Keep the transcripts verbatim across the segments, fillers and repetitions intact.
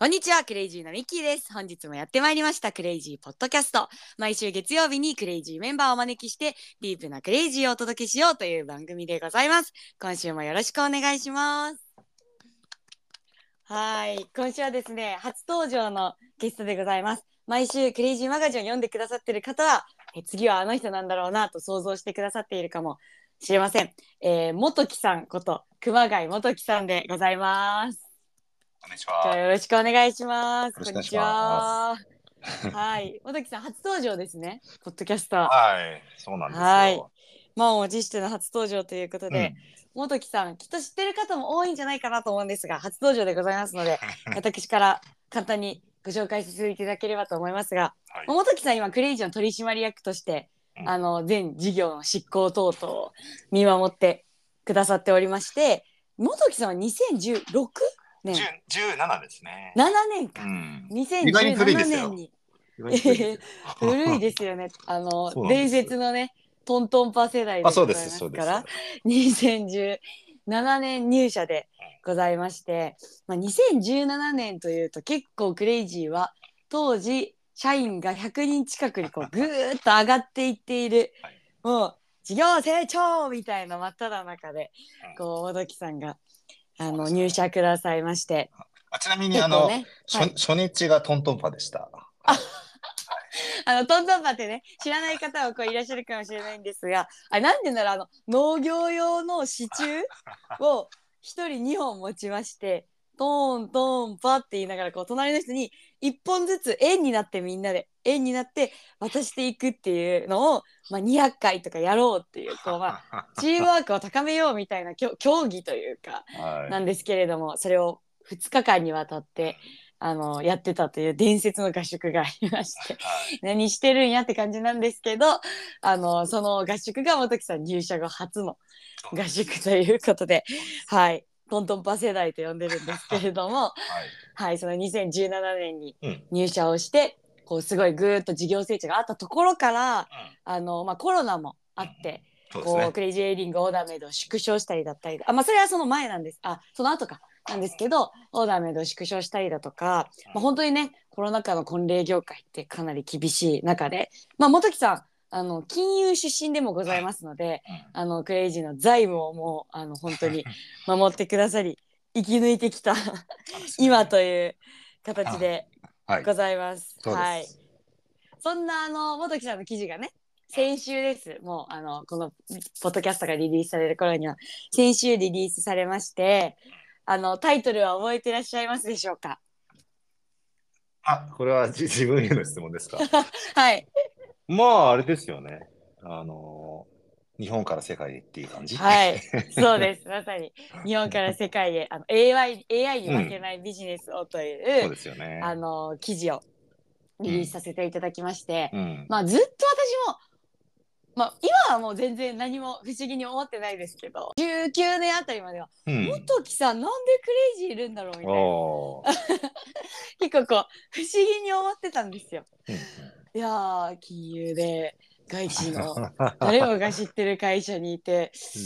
こんにちは、クレイジーのミッキーです。本日もやってまいりましたクレイジーポッドキャスト。毎週月曜日にクレイジーメンバーをお招きしてディープなクレイジーをお届けしようという番組でございます。今週もよろしくお願いします。はい、今週はですね、初登場のゲストでございます。毎週クレイジーマガジンを読んでくださっている方はえ次はあの人なんだろうなと想像してくださっているかもしれません。えー、元木さんこと熊谷元木さんでございます。 こんにちは。 よろしくお願いします。 よろしくお願いしこんにちまは。はい、元木さん初登場ですね。ポッドキャスター。 はい、そうなんですはい。 よ。 満を持しての初登場ということで、 うん。 元木さんきっと知ってる方も多いんじゃないかなと思うんですが、初登場でございますので、私から簡単にご紹介させていただければと思いますが、 はい。 元木さん今クレイジーの取締役として、 うん、 あの全事業の執行等々を見守ってくださっておりまして、元木さんはにせんじゅうろくねんじゅうななですね。 ななねんか、 うん。意外に 2017 古いですよ。 年に意外に古いですよ。 古いですよね。あの伝そうなんです。 説のねトントンパ世代あ、 でございそうです、 ますから、 そうです。 にせんじゅうななねん入社でございまして、まあ、にせんじゅうななねんというと結構クレイジーは当時社員がひゃくにん近くにこうぐーっと上がっていっている、 はい。 もう事業成長みたいな真っ只中でうん、 こう元木さんがあそうですね。 の入社くださいまして、 あ、ちなみに、あの、 結構ね、は初、 い、 初日がトントンパでした。はい。 あのトントンパってね知らない方はこういらっしゃるかもしれないんですが、あ、なんでならあの農業用の支柱を一人にほん持ちまして、トントンパって言いながらこう隣の人にいっぽんずつ円になってみんなで円になって渡していくっていうのを、まあ、にひゃっかいとかやろうっていうこう、まあ、チームワークを高めようみたいな競技というかはい。 なんですけれども、それをふつかかんにわたってあのやってたという伝説の合宿がありまして、 はい。 何してるんやって感じなんですけど、あのその合宿が元木さん入社後初の合そうです。 宿ということで、 そうです。 はい、トントンパ世代と呼んでるんですけれども、 はい。 はい、そのにせんじゅうななねんにうん。うん。 入社をしてこうすごいぐーっと事業成長があったところから、あの、まあ、コロナもあうん。 って、 そうですね。 こうクレイジーエイリングオーダーメイドを縮小したりだったり、あ、まあ、それはその前なんです、あ、その後かなんですけど、オーダーメイドを縮小したりだとか、まあ、本当にねコロナ禍の婚礼業界ってかなり厳しい中で、まあ、元木さんあの金融出身でもございますので、 うん。うん。 あのクレイジーの財務をもうあの本当に守ってくださり生き抜いてきたそうですね。 今という形あ、 ではい。 ございます。はい。 そうです。 そんなあの元木さんの記事がね、先週です。もうあのこのポッドキャストがリリースされる頃には先週リリースされまして、あのタイトルは覚えていらっしゃいますでしょうか？ あ、これはじ自分への質問ですか？ はい。 まあ、あれですよね。あの、日本から世界へっていう感じ。 はい。そうです。まさに日本から世界へあの エーアイ、エーアイ に負けうん。 ないビジネスをというそうですよね。 あの記事をリリースうん。 させていただきまして、 うん。 まあずっと私も、まあ、今はもう全然何も不思議に思ってないですけど、じゅうきゅうねんあたりまではうん。 元木さんなんでクレイジーいるんだろうみたいな、 おー。 結構こう不思議に思ってたんですよ。 うん。 いやー金融で外資の誰もが知ってる会社にいてうん。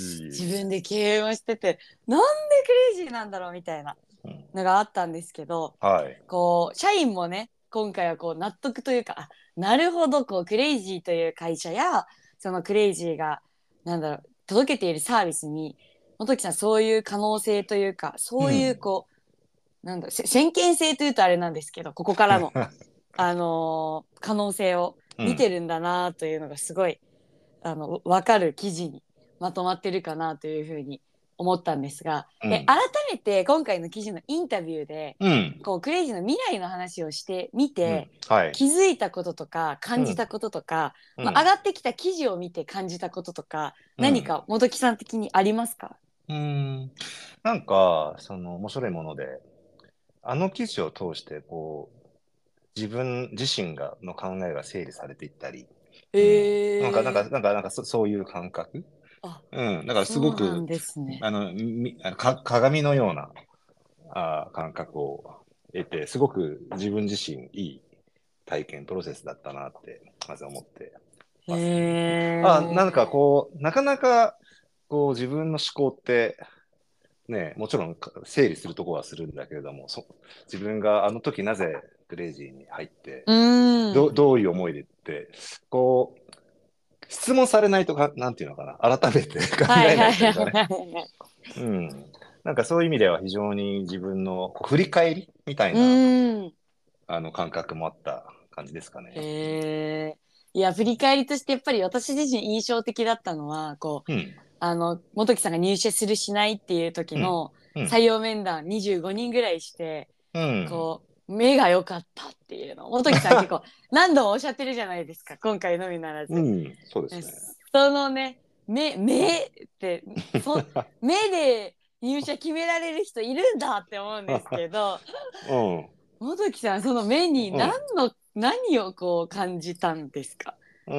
自分で経営をしててなんでクレイジーなんだろうみたいなうん。 のがあったんですけど、 はい。 こう社員もね今回はこう納得というか、あ、なるほど、こうクレイジーという会社やそのクレイジーがなんだろう届けているサービスに元木さんそういう可能性というかそういううん。 こうなんだろうせ先見性というとあれなんですけど、ここからのあのー可能性をうん。 見てるんだなというのがすごいあの分かる記事にまとまってるかなというふうに思ったんですが、 うん。 え改めて今回の記事のインタビューでうん。 こうクレイジーの未来の話をしてみうん。 てはい。 気づいたこととかうん。 感じたこととか、まあ、上うん。 がってきた記事を見て感じたこととか何うん。 か元木さん的にありますか？ うん。なんか、その、面白いもので、あの記事を通して、こう、自分自身が、の考えが整理されていったり、うん。なんか、なんか、 へえ。 なんか、なんかそ、そういう感覚。 あ、 うん。だから、すごく、 そうなんですね。 あの、み、あのか、鏡のような、あー、感覚を得て、すごく自分自身いい体験、プロセスだったなって、まず思ってへますね。あ、なんかえ。 こう、なかなか、こう、自分の思考って、 ね、もちろん整理するところはするんだけれども、そ自分があの時なぜクレイジーに入って、 うんどどういう思いでって、こう、質問されないとか、なんていうのかな、改めて考えはいはいないというかね。 はいはい。 うん。なんかそういう意味では非常に自分のこう振り返りみたいなうん。 あの感覚もあった感じですかね。 へえ。いや、振り返りとしてやっぱり私自身印象的だったのは、こう、 うん。 あの、元木さんが入社するしないっていう時うん。 のうん。 採用面談にじゅうごにんぐらいして、 うん。 こう、目が良かったっていうの。元木さん結構何度もおっしゃってるじゃないですか。今回のみならず。 うん。そうですね。 そのね、目、目って、そ、目で入社決められる人いるんだって思うんですけど、 うん。 元木さん、その目に何うん。 の、何をこう感じたんですか？ うん。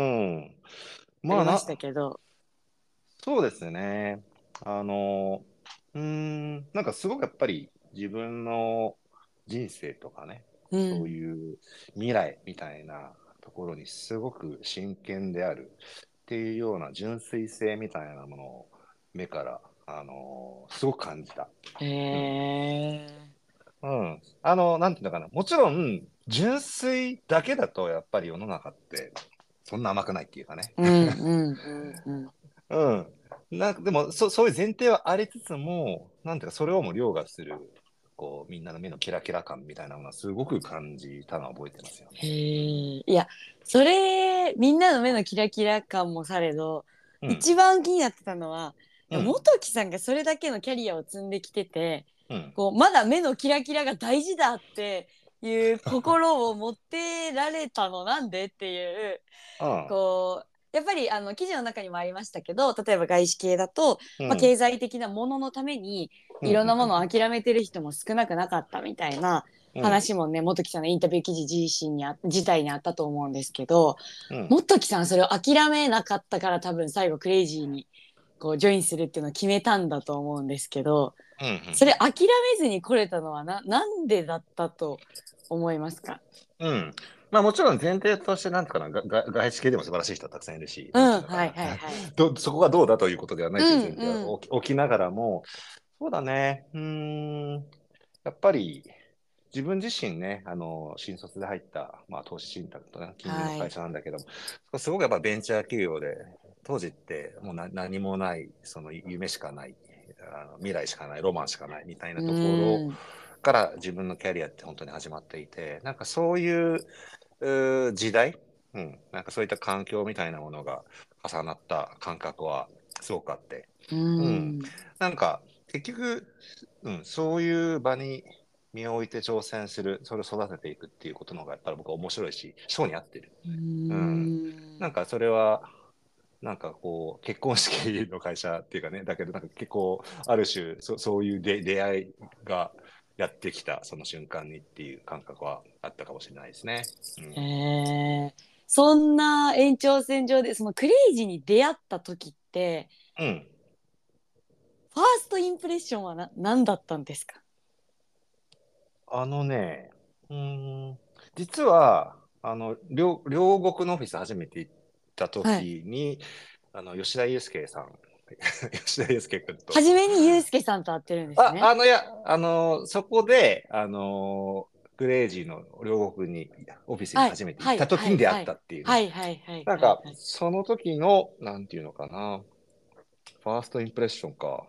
ありましたまあな、 けど。 そうですね。あの、うーん、なんかすごくやっぱり自分の人生とかね、そううん。 いう未来みたいなところにすごく真剣であるっていうような純粋性みたいなものを目から、あの、すごく感じた。 へうん。 え。 うん。あの、なんていうのかな。もちろん、純粋だけだとやっぱり世の中ってそんな甘くないっていうかね。 うんうんうんうん。 うん。なんかでもそ、そういう前提はありつつも、なんていうか、それをも凌駕する、こう、みんなの目のキラキラ感みたいなものはすごく感じたのは覚えてますよへね。 え。いや、それ、みんなの目のキラキラ感もされど、 うん。 一番気になってたのは、いうん。 や元木さんがそれだけのキャリアを積んできてて、 うん。 こう、まだ目のキラキラが大事だっていう心を持ってられたのなんでっていう、 うん。 こう、やっぱりあの記事の中にもありましたけど、例えば外資系だと、まあ、 うん。 経済的なもののためにうん。ういろんなものをん。 諦めてる人も少なくなかったみたいなうん。 話もね、元木さんのインタビュー記事自身にあ自体にあったと思うんですけど、 うん。 元木さんそれを諦めなかったから多分最後クレイジーにこうジョインするっていうのを決めたんだと思うんですけど、 うん。うん。 それ諦めずに来れたのはな、なんでだったと思いますか？ うん。まあもちろん前提として、なんていうかな、がが外資系でも素晴らしい人はたくさんいるし、 うん、 なんていうのかはいな。 はいはい。 どそこがどうだということではないといううん前提はうん。 置き置きながらも、そうだね。うーん。やっぱり、自分自身ね、あの、新卒で入った、まあ、投資信託とね、金融の会はい。 社なんだけども、すごくやっぱベンチャー企業で、当時ってもうな何もない、その夢しかない、あの未来しかない、ロマンしかないみたいなうところん。 から自分のキャリアって本当に始まっていて、なんかそういううー時代、うん、なんかそういった環境みたいなものが重なった感覚はすごくあって、 ううん、 ん。 なんか結局、うん、そういう場に身を置いて挑戦する、それを育てていくっていうことの方がやっぱり僕は面白いし、性に合ってる。 ううん。 ん。 なんかそれは、なんかこう、結婚式の会社っていうかね、だけどなんか結構、ある種、そそういう出出会いがやってきたその瞬間にっていう感覚はあったかもしれないですね。うん。 へえ。そんな延長線上でそのクレイジーに出会った時ってうん。 ファーストインプレッションはな何だったんですか？ あのね、うーん、実は、あの、両、両国のオフィス初めて行ったはい。 時に、あの、吉田祐介さん、吉田祐介君と、 初めにユうスケさんと会ってるんですあ、 ね。 あの、いや、あの、そこで、あの、クレイジーの両国に、オフィスにはい初めて行っはいた時に出会っはいはいたっていうね。 はいはいはいなんか、 はいはい。 その時の、なんていうのかな、ファーストインプレッションか。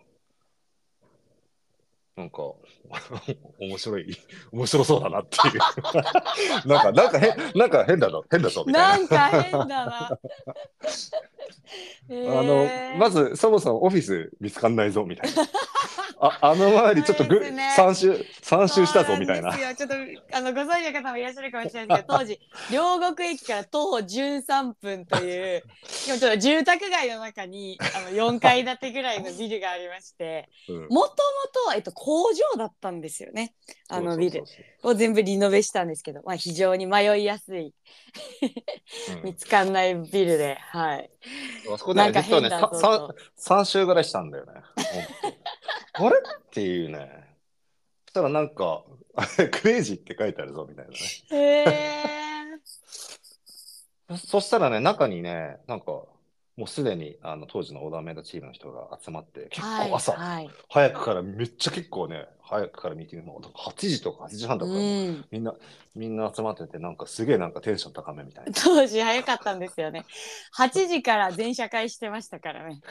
なんか、面白い、面白そうだなっていう。なんか、なんか変、なんか変だぞ、変だぞ、みたいな。 なんか変だな。へあの、まえ。 ず、そもそもオフィス見つかんないぞ、みたいな。あ、あの周りそうでちょっとぐ、 すね。 三周、三そう周したぞ、 なみたいな。 んですよ。ちょっと、あの、ご存知の方もいらっしゃるかもしれないですけど、当時、両国駅から徒歩じゅうさんぷんという、しかもちょっと住宅街の中に、あの、よんかい建てぐらいのビルがありまして、 うん。 もともと、えっと、工場だったんですよね。あそうのビルそうそうそを全部リノベしたんですけど、まあ、非常に迷いやすい、 う。うん。 見つかんないビルで、はい。 あそこね、 なんか実はね、 変ださ三ぞと。 三周ぐらいしたんだよね。ほんと。あれっていうね。そしたらなんか、あれ、クレイジーって書いてあるぞ、みたいなね。 へえ。 そそしたらね、中にね、なんか、 もうすでにあの当時のオーダーメイドチームの人が集まって、結はい構朝、 はい。 早くからめっちゃ結構ね、早くからミーティングもはちじとかはちじはんとかからもううん。 みんな、みんな集まってて、なんかすげえなんかテンション高めみたいな。 当時早かったんですよね。はちじから全社会してましたからね。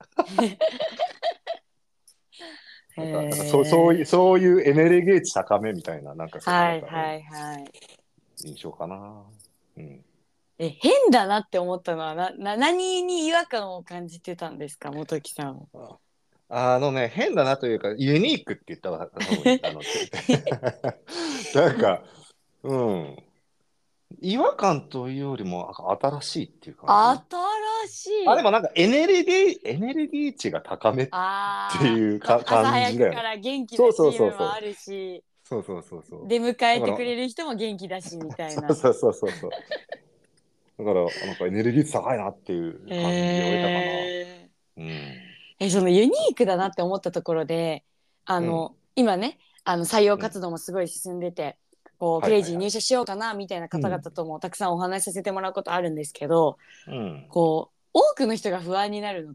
へなんか、なんかそう、そういう、 え。 そういうエネルギー値高めみたいな、なんかそういう、なんか、うん、 はいはいはい。 印象かな。うん。 え、変だなって思ったのはな、な、何に違和感を感じてたんですか、元木さんは。 ああのね、変だなというか、ユニークって言った方がいい。あの、てなんか、うん。違和感というよりも、なんか新しいっていう感じ。 新しあ、でい。 もなんかエネルギー、エネルギー値が高めってあー、 いうかまあ、朝早く感じだよね。 から元気なチそうそうームもあそうそう。 るし、 そうそうそうそう。 出迎えだから、 てくれる人も元気だしみたいな。 そうそうそうそうそう。だから、なんかエネルギー値高いなっていう感じを得たかな。 へうん。 ー。え、そのユニークだなって思ったところで、あうん。 の、今ね、あの採用うん。 活動もすごい進んでて、こうクレイジーはいはいはい。 入社しようかなみたいなうん。 方々ともたくさんお話しさせてもらうことあるんですけど、 うん。 こう多くの人が不安になるのって、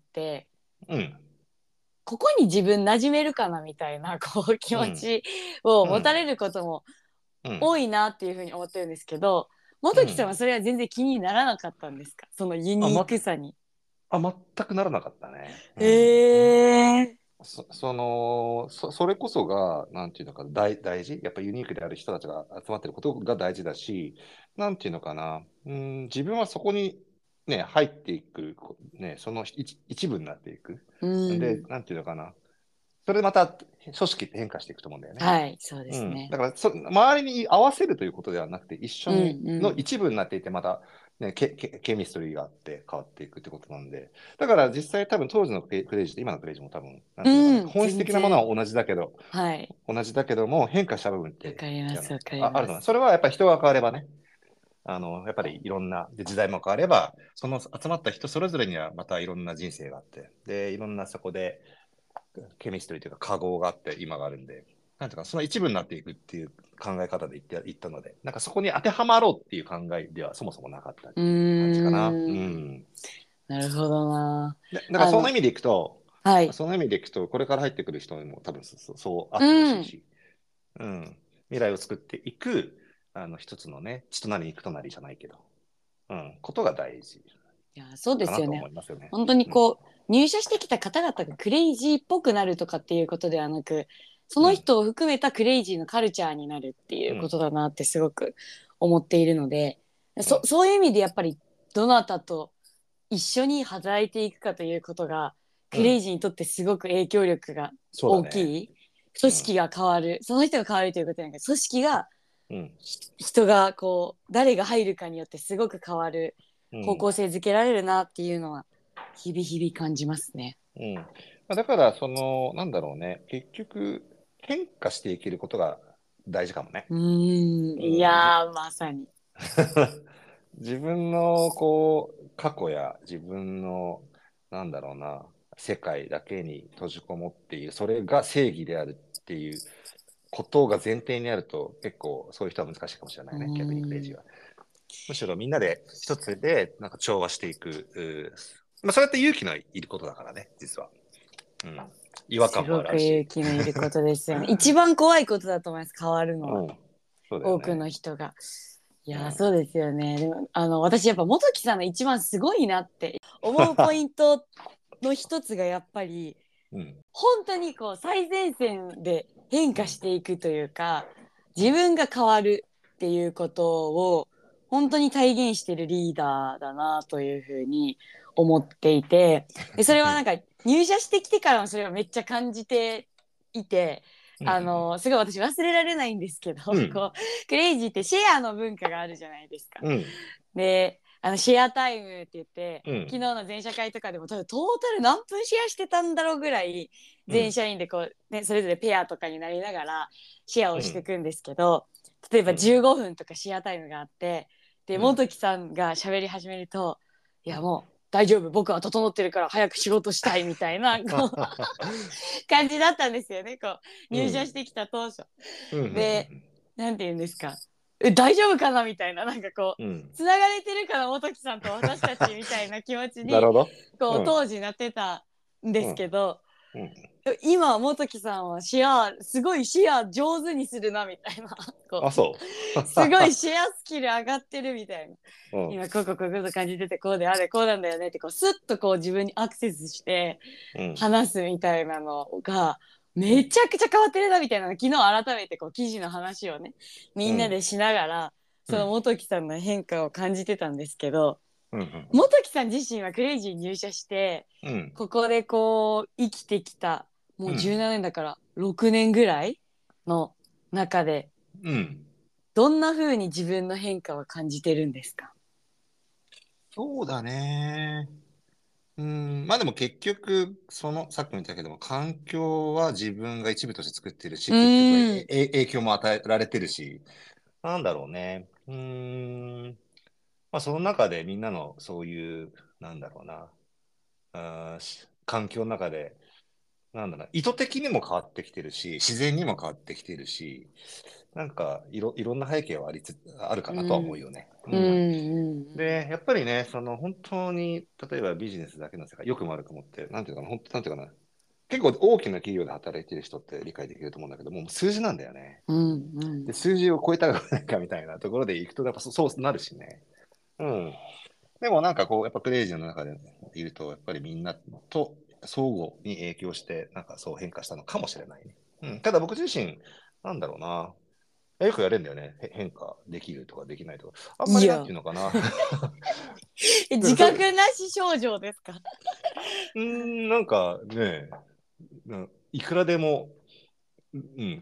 うん。 ここに自分馴染めるかなみたいなこう気うん。 持ちをうん。 持たれることもうん。 多いなっていうふうに思ってるんですけど、元木さんはうん。 それは全然気にならなかったんですか、そのユあ、 ニーま、 クさに。 あ、全くならなかったね。うん。 へえ。 そ、その、そ、それこそが、なんていうのかな、大、大事。やっぱユニークである人たちが集まってることが大事だし、なんていうのかな、うん、自分はそこにね、入っていく、こね、その一、一部になっていく。 うで、 ん。 なんていうのかな、それでまた組織って変化していくと思うんだよね。 はい、そうでうん。 すね。 だからそ、周りに合わせるということではなくて、一緒うんにのうん。 一部になっていて、また、ね、ケ、ケ、ケミストリーがあって変わっていくってことなんで、だから実際多分当時のクレクレイジーと今のクレイジーも多分、なんていうのかな、 うん、 本質的なもの全然。 は同じだけど、 はい。 同じだけども変化した部分っわて、 かります、 あの、 わかりあ、あると思う。 ます。 それはやっぱり人が変わればね、あの、やっぱりいろんな、で時代も変われば、その集まった人それぞれにはまたいろんな人生があって、で、いろんなそこでケミストリーというか化合があって今があるんで、なんていうか、その一部になっていくっていう考え方で言って言ったので、なんかそこに当てはまろうっていう考えではそもそもなかったっうていう感じかな。うーん。 ん。 なるほどな。 で、だからあの、 その意味でいくと、 はい。 その意味でいくと、これから入ってくる人にも多分そうそうあうってほしいん。 し、うん。未来を作っていく、あの、一つのね、血となり肉となりじゃないけど、うん、ことが大事いや、そうでかなとすよね。 思いますよね。 本当にうん。 こう、入社してきた方々がクレイジーっぽくなるとかっていうことではなく、そうん。 の人を含めたクレイジーのカルチャーになるっていうこうん。 とだなってすごく思っているので、そ、 うん。 そういう意味でやっぱりどなたと一緒に働いていくかということが、クレイうん。 ジーにとってすごく影響力がそうだね。 大きい。組うん。 織が変わる。その人が変わるということじゃなくて、組織が、 うん。 人がこう、誰が入るかによってすごく変わる。 うん。 方向性づけられるなっていうのは日々日々感じますね。 うん。まあだから、その、なんだろうね、結局、変化していけることが大事かもね。 うーん、いうん、じやーまさに。 自分の、こう、過去や自分の、なんだろうな、世界だけに閉じこもっている、それが正義であるっていうことが前提にあると、結構そういう人は難しいかもしれなういね、逆にクレイジーん。 ーは。むしろみんなで一つで、なんか調和していく。うまあ、それって勇気のいることだからね、実は。うん。違和感もあるすごく勇し。 気のいることですよね。一番怖いことだと思います。変わるのは。 うん。そうだよ多くのね。 人が。いやー、 うん。 そうですよね。でも、あの、私やっぱ元木さんの一番すごいなって思うポイントの一つがやっぱり、 うん。 本当にこう最前線で変化うん。 していくというか、 うん。 自分が変わるっていうことを本当に体現してるリーダーだなというふうに思っていて、でそれはなんか入社してきてからもそれをめっちゃ感じていて、 うん。 あのすごい私忘れられないんですけど、 うん。 こうクレイジーってシェアの文化があるじゃないですか。 うん。 で、あのシェアタイムって言って、 うん。 昨日の全社会とかでも多分トータル何分シェアしてたんだろうぐらい、全社員でこう、ね、それぞれペアとかになりながらシェアをしていくんですけど、例えばじゅうごふんとかシェアタイムがあって、でうん。 元木さんが喋り始めると、いやもう大丈夫、僕は整ってるから早く仕事したいみたいなこう感じだったんですよね、こう入社してきた当初。 うん。うん。 で、なんて言うんですか、 え大丈夫かなみたいな、なんかこう、 うん。 つながれてるかな元木さんと私たちみたいな気持ちになるほど。 こううん。 当時なってたんですけど、 うん。 今元木さんはシェアすごいシェア上手にするなみたいなこあ、そうすごいシェアスキル上がってるみたいな、 う。うん。 今こうこうこうこう感じててこうであれこうなんだよねってこうスッとこう自分にアクセスしてうん。 話すみたいなのがうん。 めちゃくちゃ変わってるなみたいなの昨日改めてこう記事の話をねみんなうん。 でしながらそのうん。 元木さんの変化を感じてたんですけど、 うん。 元木さん自身はクレイジーに入社してうん。 ここでこう生きてきたもううん。 じゅうななねんだからろくねんぐらいの中でうん。 どんな風に自分の変化を感じてるんですか？ そうだね。うん。まあでも結局、その、さっきも言ったけども、環境は自分が一部として作ってるうし、結局、 ーんえ、え影響も与えられてるし、なんだろうね。うーん。まあその中でみんなのそういう、なんだろうな。あーし環境の中で、なんだろうな、意図的にも変わってきてるし、自然にも変わってきてるし、なんかいろ、いろんな背景はありつ、あるかうなとは思んうよね。ううん。 んで、やっぱりね、その本当に、例えばビジネスだけの世界、よくも悪くもって、なんていうかな、本当、なんていうかな、結構大きな企業で働いてる人って理解できると思うんだけども、数字なんだよね。 うんうんで、数字を超えたか超えないかみたいなところでいくと、やっぱそうそうなるしね。うん。でもなんかこう、やっぱクレイジーの中でいると、やっぱりみんなと相互に影響して、なんかそう変化したのかもしれないね。うん。ただ僕自身、なんだろうな。よくやれんだよね。へ変化できるとかできないとか。あんまりなんていやいうのかな。 自それ、 覚なし症状ですか？ うーん、なんかね、うんいくらでも、うん、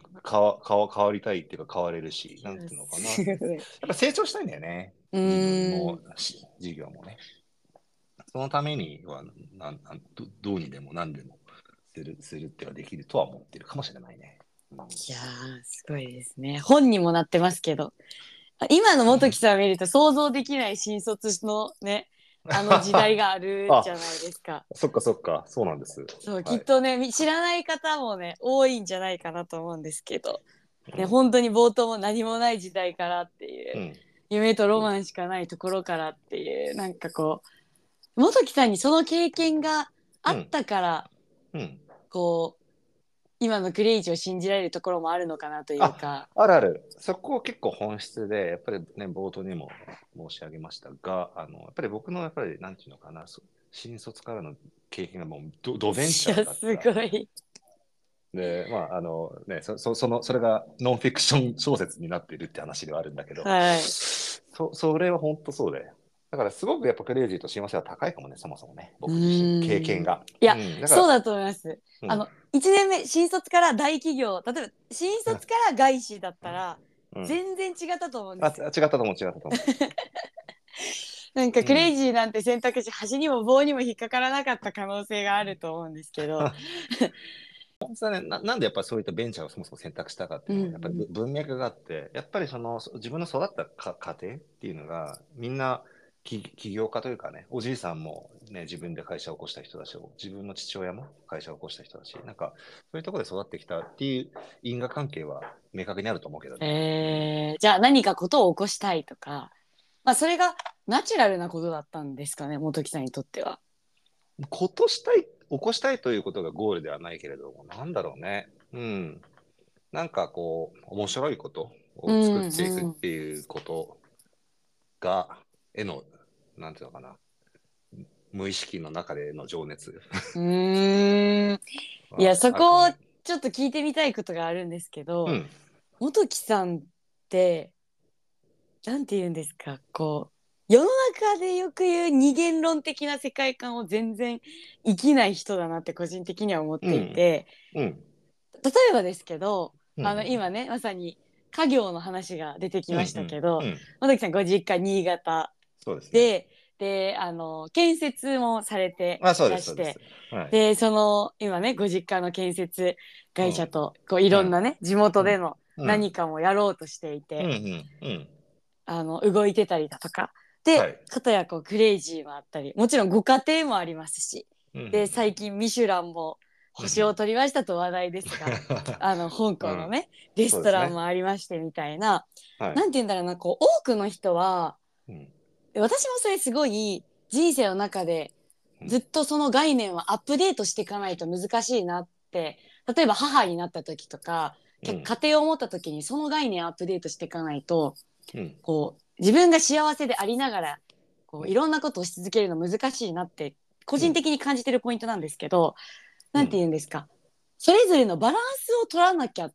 変わ、変わ、変わりたいっていうか変われるし、 いやなんていうのかな。やっすごい。 ぱ成長したいんだよね。 う自分ーんもし、事業もね。そのためには、なんなんど、どうにでも何でもする、するってはできるとは思ってるかもしれないね。うん。 いやーすごいですね。本にもなってますけど今の元木さんを見ると想像できない新卒のねあの時代があるじあ、 ゃないですか。 そっかそっか、そうなんです。 そうきはい。 っとね知らない方もね多いんじゃないかなと思うんですけど、ね、 うん。 本当に冒頭も何もない時代からっていううん。 夢とロマンしかないところからっていうなんかこう元木さんにその経験があっうん。 たからうん。 こう今のクレイジーを信じられるところもあるのかなというあ、 か。 あるある。そこ結構本質で、やっぱりね、冒頭にも申し上げましたが、あの、やっぱり僕の、やっぱり、なんていうのかな、そ新卒からの経験がもうド、ドベンチいやャーだった。 すごい。 で、まあ、あのね、そ、そ、その、それがノンフィクション小説になっているって話ではあるんだけど、 はい。 そ、それは本当そうで。だからすごくやっぱクレイジーと親和性は高いかもね、そもそもね、 う僕自身の経験ーん。 が。 いや、 うん、だから、 そうだと思います。 うん、 あの、いちねんめ、新卒から大企業、例えば、新うん、 卒から外資だったら、 うん。 全然違ったと思うんであ、 すよ。 違ったと思う、違ったと思なんか、 う。うん。 クレイジーなんて選択肢、端にも棒にも引っかからなかった可能性があると思うんですけど。 本当はね、な、なんでやっぱりそういったベンチャーをそもそも選択したかってうんういうのは、やっぱりぶん。 文脈があって、やっぱりそのそ自分の育ったか家庭っていうのが、みんな起、起業家というかね、おじいさんも、ね、自分で会社を起こした人だし、自分の父親も会社を起こした人だし、なんか、そういうところで育ってきたっていう因果関係は明確にあると思うけどね。 えー、じゃあ何かことを起こしたいとか、まあ、それがナチュラルなことだったんですかね、元木さんにとっては。 うん、ことしたい、起こしたいということがゴールではないけれども、なんだろうね。うん。なんかこう、面白いことうを作っていくっんうん。 ていうことが、への、なんていうのかな、無意識の中での情熱うーん。いや、 はそこをあるかもね。 ちょっと聞いてみたいことがあるんですけど、 うん。 元木さんってなんて言うんですかこう世の中でよく言う二元論的な世界観を全然生きない人だなって個人的には思っていうん。 て、 うん。 例えばですけどうん。 あの今ねまさに家業の話が出てきうん。うましたん。 けど、 うん。 元木さんご実家新潟そうですね。 でであの建設もされてあ、そうです、 らしてそうです。はい。 でその今ねご実家の建設うん。 会社とこういろんうん。 なね地元うん。 でのうん。 何かもやろうとしていうん。 てうん。うん。 あの動いてたりだとかではい。 かたやこうクレイジーもあったりもちろんご家庭もありますしうん。うでん。 最近ミシュランも星を取りましたと話題ですが、あの香港のね、うん、レストランもありましてみたいな、ね、なんて言うんだろうな、こう多くの人は、うん、私もそれすごい人生の中でずっとその概念はアップデートしていかないと難しいなって、例えば母になった時とか、うん、家庭を持った時にその概念をアップデートしていかないと、うん、こう自分が幸せでありながらこういろんなことをし続けるの難しいなって個人的に感じてるポイントなんですけど、うん、なんて言うんですか、それぞれのバランスを取らなきゃって、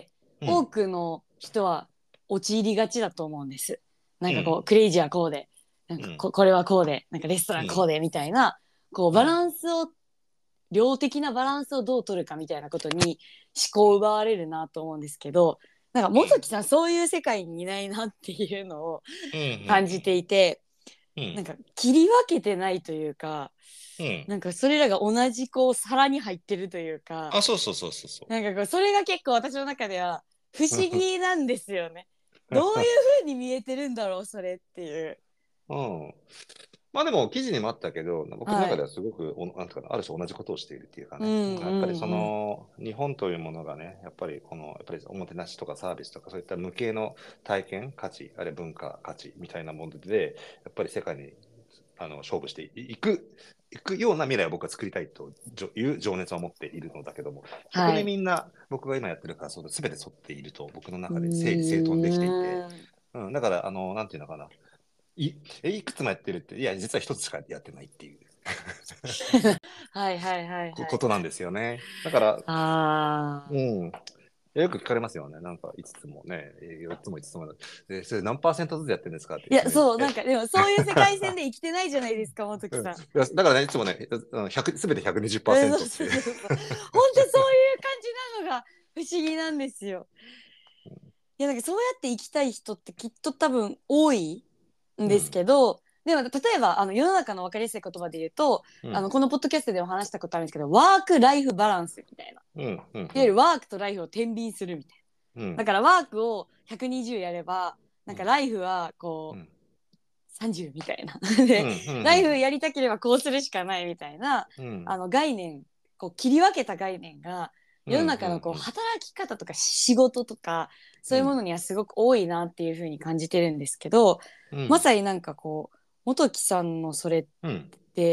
うん、多くの人は陥りがちだと思うんです。なんかこう、うん、クレイジーはこうで、なんか こ,、うん、これはこうで、なんかレストランこうでみたいな、こうバランスを、量的なバランスをどう取るかみたいなことに思考を奪われるなと思うんですけど、なんか元木さん、そういう世界にいないなっていうのを感じていて、うんうん、なんか切り分けてないというか、うん、なんかそれらが同じこう皿に入ってるというか、 あ、そうそうそうそうそう、 なんかこうそれが結構私の中では不思議なんですよね。どういう風に見えてるんだろうそれっていう。 うん、まあでも記事にもあったけど、僕の中ではすごく、はい、なんていうかな、ある種同じことをしているっていうかね、うんうんうん、やっぱりその日本というものがね、やっぱりこのやっぱりおもてなしとかサービスとかそういった無形の体験価値、あるいは文化価値みたいなもので、やっぱり世界にあの勝負していくいくような未来を僕は作りたいという情熱を持っているのだけども、そこにみんな、はい、僕が今やってるからその全て沿っていると僕の中で整理整頓できていて、うん、だからあのなんていうのかな。い, いくつもやってるって、いや、実は一つしかやってないっていうはいはいはい、はい、 ことなんですよね。だから、 あ、 うん。よく聞かれますよね。なんかいつつもね、よっつもいつつも。で、それ何パーセントずつやってるんですかって。 いや、そう、なんかでもそういう世界線で生きてないじゃないですか、元木さん。うん、 だからね、いつもね、すべて ひゃくにじゅっパーセント っていう。本当そういう感じなのが不思議なんですよ。いや、なんかそうやって生きたい人ってきっと多分多いんですけど、うん、でも例えばあの世の中の分かりやすい言葉で言うと、うん、あのこのポッドキャストでも話したことあるんですけど、ワークライフバランスみたいな、うんうんうん、いわゆるワークとライフを天秤するみたいな、うん、だからワークをひゃくにじゅうやればなんかライフはこう、うん、さんじゅうみたいなで、うんうんうん、ライフやりたければこうするしかないみたいな、うん、あの概念、こう切り分けた概念が世の中のこう働き方とか仕事とかそういうものにはすごく多いなっていうふうに感じてるんですけど、うん、まさになんかこう元木さんのそれって、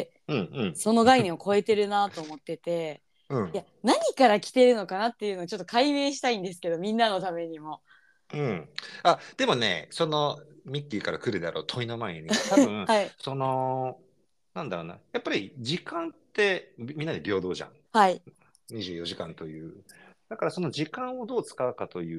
うんうんうん、その概念を超えてるなと思ってて、うん、いや何から来てるのかなっていうのをちょっと解明したいんですけど、みんなのためにも。 うん、あでもね、そのミッキーから来るだろう問いの前に多分、はい、そのなんだろうな、やっぱり時間ってみんなで平等じゃん。 はい、 にじゅうよじかんという。だからその時間をどう使うかという、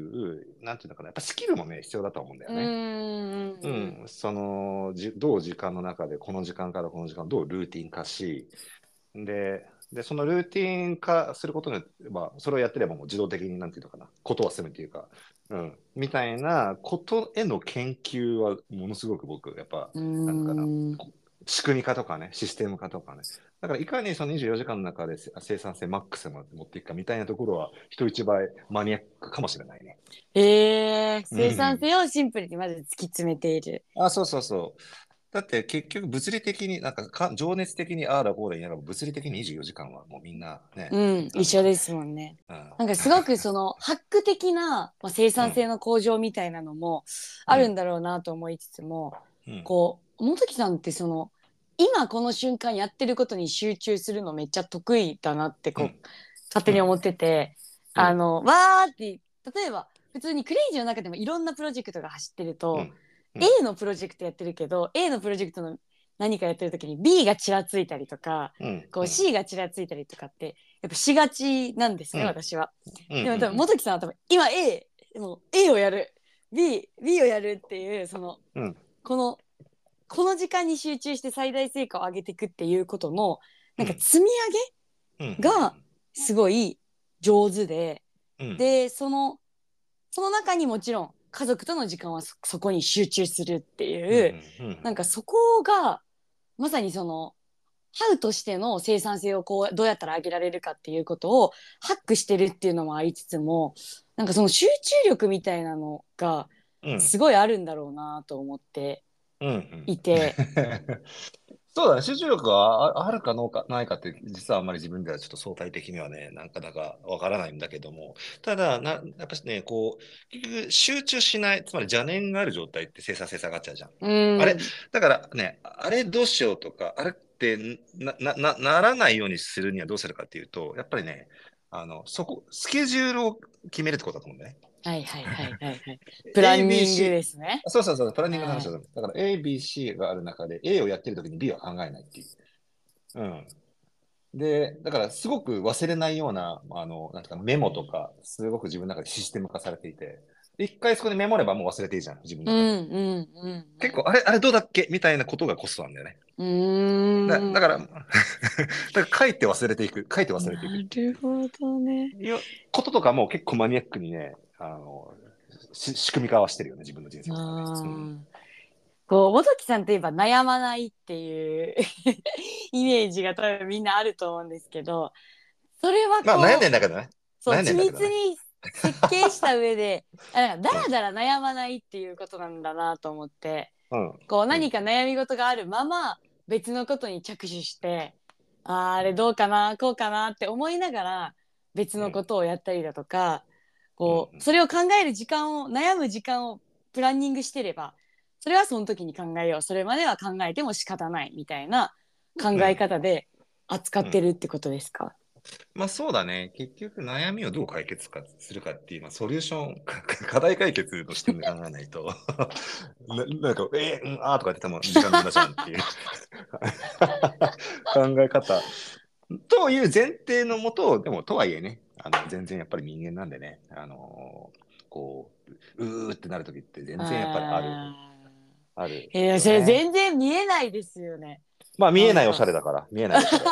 なんていうのかな、やっぱスキルもね、必要だと思うんだよね。うん、うん、そのじどう時間の中で、この時間からこの時間をどうルーティン化し、で、でそのルーティン化することによって、まあ、それをやってればもう自動的に、なんていうのかな、ことは済むというか、うん、みたいなことへの研究はものすごく僕、やっぱ、なんかな、仕組み化とかね、システム化とかね。だからいかにそのにじゅうよじかんの中で生産性マックスまで持っていくかみたいなところは人一倍マニアックかもしれないね。 えー、生産性をシンプルにまず突き詰めている。 うん、あ、そうそうそう。だって結局物理的になんかか情熱的にああだこうだ言いながら物理的ににじゅうよじかんはもうみんなね。 うん、一緒ですもんね。うん、なんかすごくそのハック的な、まあ、生産性の向上みたいなのもあるんだろうなと思いつつも、うん、こう元木さんってその今この瞬間やってることに集中するのめっちゃ得意だなってこう、うん、勝手に思ってて、うん、あのわーって例えば普通にクレイジーの中でもいろんなプロジェクトが走ってると、うんうん、A のプロジェクトやってるけど A のプロジェクトの何かやってる時に B がちらついたりとか、うん、こう C がちらついたりとかってやっぱしがちなんですね、うん、私は。でも多分元木さんは多分今 A もう A をやる B, B をやるっていうその、うん、このこの時間に集中して最大成果を上げていくっていうことのなんか積み上げがすごい上手で、うん、でそのその中にもちろん家族との時間は そ, そこに集中するっていう、うんうんうん、なんかそこがまさにそのハウとしての生産性をこうどうやったら上げられるかっていうことをハックしてるっていうのもありつつも、なんかその集中力みたいなのがすごいあるんだろうなと思っていて、 うんうんうん、 そうだね、集中力はああるかのかないかって、実はあんまり自分ではちょっと相対的にはね、なかなかわからないんだけども、ただな、やっぱしね、こう、結局集中しない、つまり邪念がある状態って精査精査がっちゃうじゃん。 うあれ、 ん。 だからね、あれどうしようとか、あれってな、な、な、ならないようにするにはどうするかっていうと、やっぱりね、あの、そこ、スケジュールを決めるってことだと思うんだよね。 はいはいはいはいはい。プラ A、 ン B、 ニング C。 ですね。 そうそうそう、プランニングの話だはい。 と。だから A、B、C がある中で A をやってるときに B は考えないっていう。うん。で、だからすごく忘れないような、あの、なんていうかメモとか、すごく自分の中でシステム化されていて、一回そこでメモればもう忘れていいじゃん、自分のうん中で。 うんうん結構、あれ、あれどうだっけみたいなことがコストなんだよね。 うん。 だ、 うーん。 だから、だから書いて忘れていく、書いて忘れていくなってるほどね。 いうこととかも結構マニアックにね、あの、し仕組み化はしてるよね、自分の人生あの中で。うん。 ーこう、元木さんといえば悩まないっていうイメージが多分みんなあると思うんですけど、それはまあ悩んでこう、 んだけどね。 そう、 悩んで緻んだけどね。 密に設計した上で、あなんかだうん。 らだら悩まないっていうことなんだなと思って、 うん。 こううん。 何か悩み事があるまま別のことに着手して、あーあれどうかな、こうかなって思いながら別うん。 のことをやったりだとか、 うん。うこう、それん。 を考える時間を、悩む時間をプランニングしてれば、それはその時に考えよう。それまでは考えても仕方ないみたいな考えうん。 方で扱ってうん。 るってことですか？ まあそうだね。結局悩みをどう解決かするかっていう、まあ、ソリューション、か課題解決の視点で考えないとな、なんか、えー、うん、あーとか言ってたもん時間の無駄じゃんっていう考え方という前提のもと、でもとはいえね、あの全然やっぱり人間なんでね、あのーこう、うーってなるときって全然やっぱりある、 ああるーえー、それよね。 全然見えないですよね。 まあ見えないおしゃなんか、 れだから、見えないおしゃれ。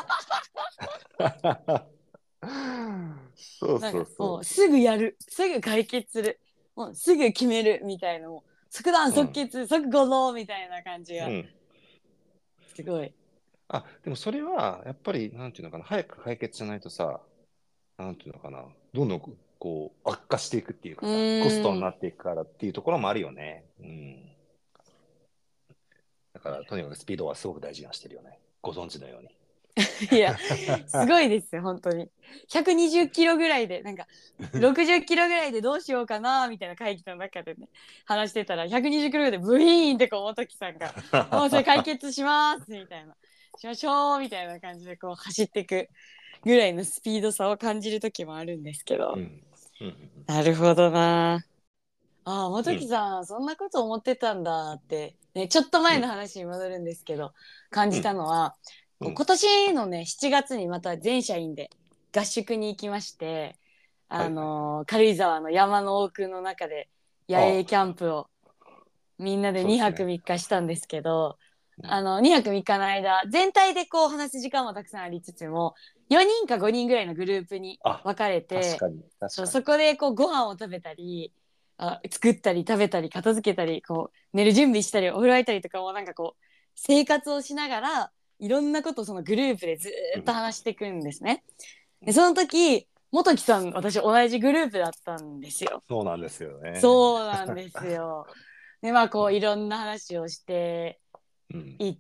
そうなんかそうそもうすぐやる、すぐ解決する、もうすぐ決めるみたいな、もう即断う。うん。 即決、即行動みたいな感じがうん。 すごい。 あ、でもそれは、やっぱり、なんていうのかな、早く解決しないとさ、なんていうのかな、どんどんこう、悪化していくっていううかさ、コストーん。 になっていくからっていうところもあるよね。うん。だから、とにかくスピードはすごく大事にはしてるよね。ご存知のように。 いや、すごいですよ、本当に。ひゃくにじゅっキロぐらいで、なんか、ろくじゅっキロぐらいでどうしようかな、みたいな会議の中でね、話してたら、ひゃくにじゅっキロぐらいでブイーンってこう、元木さんが、もうそれ解決します、みたいな。しましょう、みたいな感じでこう、走っていくぐらいのスピード差を感じる時もあるんですけど。 うん。うん。 なるほどな。ああ、 うん。 元木さん、そんなこと思ってたんだって、ね、ちょっと前のうん。 話に戻るんですけど、感じたうん。 のは、 うん。 こう今年のね、しちがつにまた全社員で合宿に行きまして、あはいはいはい。 のー軽井沢の山の奥の中で野あ営キャンプをみんなでにはくそうですね。 みっかしたんですけど、 うん。 あの、にはくみっかの間、全体でこう話す時間もたくさんありつつも、よにんかごにんぐらいのグループにあ、 分かれて、 確かに、確そう、 かに。 そこでこうご飯を食べたり、あ、作ったり食べたり片付けたり、こう寝る準備したりお風呂入ったりとかもなんかこう生活をしながらいろんなことをそのグループでずーっとうん。 話していくんですね。で、 うん。 その時、元木さん、私同じグループだったんですよ。 そうなんですよね。 そうなんですよ。で、まあこういろんな話をしてうん。 いって、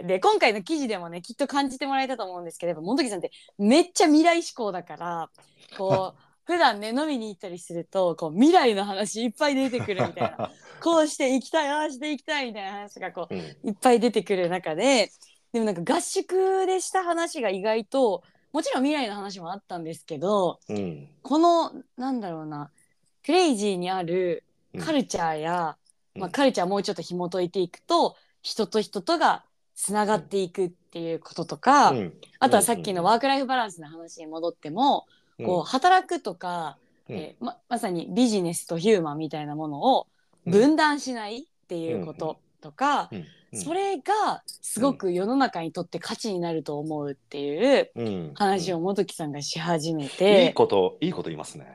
で、今回の記事でもね、きっと感じてもらえたと思うんですけど、やっぱ元木さんってめっちゃ未来志向だから、こう、普段ね、飲みに行ったりすると、こう、未来の話いっぱい出てくるみたいな。こうしていきたい、ああしていきたいみたいな話がこうん。 う、いっぱい出てくる中で、でもなんか合宿でした話が意外と、もちろん未来の話もあったんですけど、 うん。 この、なんだろうな、クレイジーにあるうん。 カルチャーや、まあ、 うん。 カルチャーもうちょっと紐解いていくと、人と人とがつながっていくっていうこととか、 うん。 あとはうん。 さっきのワークライフバランスの話に戻っても、こううん。 働くとか、 うん。 えーま、まさにビジネスとヒューマンみたいなものをうん。 分断しないってうん。 いうこととか、 うん。うん。 それがすうん。 ごく世の中にとって価値になると思うっていううん。うん。 話を元木さんがし始めて、 いいこと、いいこと言いますね。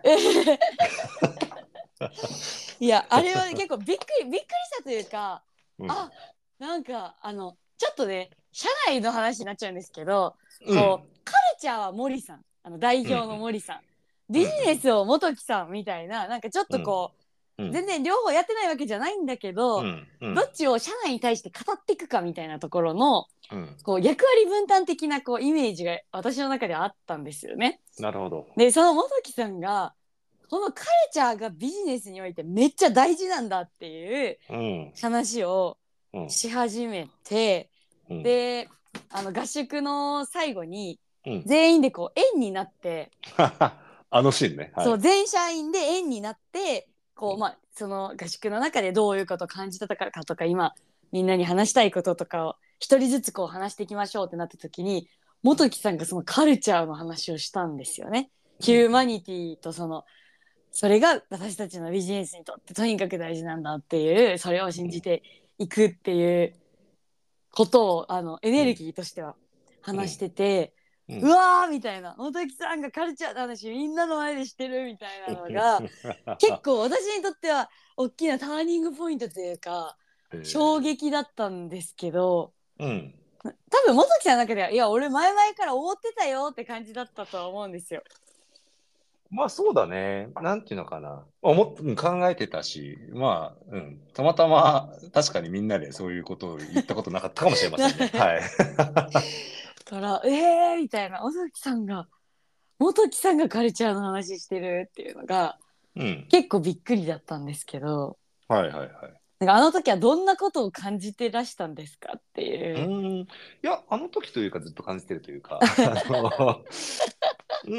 いや、あれは結構びっくり、びっくりしたというか、 うん。 あ、なんか、あの、ちょっとね、社内の話になっちゃうんですけど、 うん。 こう、カルチャーは森さん、あの代うん。 表の森さん、ビジうん。 ネスを元木さんみたいな、なんかちょっうん。 とこう、 うん、 全然両方やってないわけじゃないんだけど、 うんうん、 どっちを社内に対して語っていくかみたいなところのうん、 こう役割分担的なこうイメージが私の中ではあったんですよね。 なるほど。 でその元木さんがこのカルチャーがビジネスにおいてめっちゃ大事なんだっていううん、 話をうん、 し始めて、 うん、 であの合宿の最後にうん。 全員でこう円になって、 あのシーンね。はい。 そう全社員で円になってこう、 うん、 まあ、その合宿の中でどういうことを感じたかとか今みんなに話したいこととかを一人ずつこう話していきましょうってなった時に元木さんがそのカルチャーの話をしたんですよね。 うん、 ヒューマニティとそのそれが私たちのビジネスにとってとにかく大事なんだっていうそれを信じていくっていうことをあのエネルギーとしては話してて、 うん、 うわーみたいな元木さんがカルチャーの話みんなの前でしてるみたいなのが結構私にとっては大きなターニングポイントというか衝撃だったんですけど、 うん。 多分元木さんの中ではいや俺前々から思ってたよって感じだったとは思うんですよ。 まあそうだね。なんていうのかな。思っうん考えてたし、まあ、うん。たまたま確かにみんなでそういうことを言ったことなかったかもしれませんね。はい。 からえーみたいな元木さんが元木さんがカルチャーの話してるっていうのがうん。 結構びっくりだったんですけど、 はいはいはい。 なんかあの時はどんなことを感じてらしたんですかってういう。 ーん。いや、あの時というかずっと感じてるというか、あの、うん。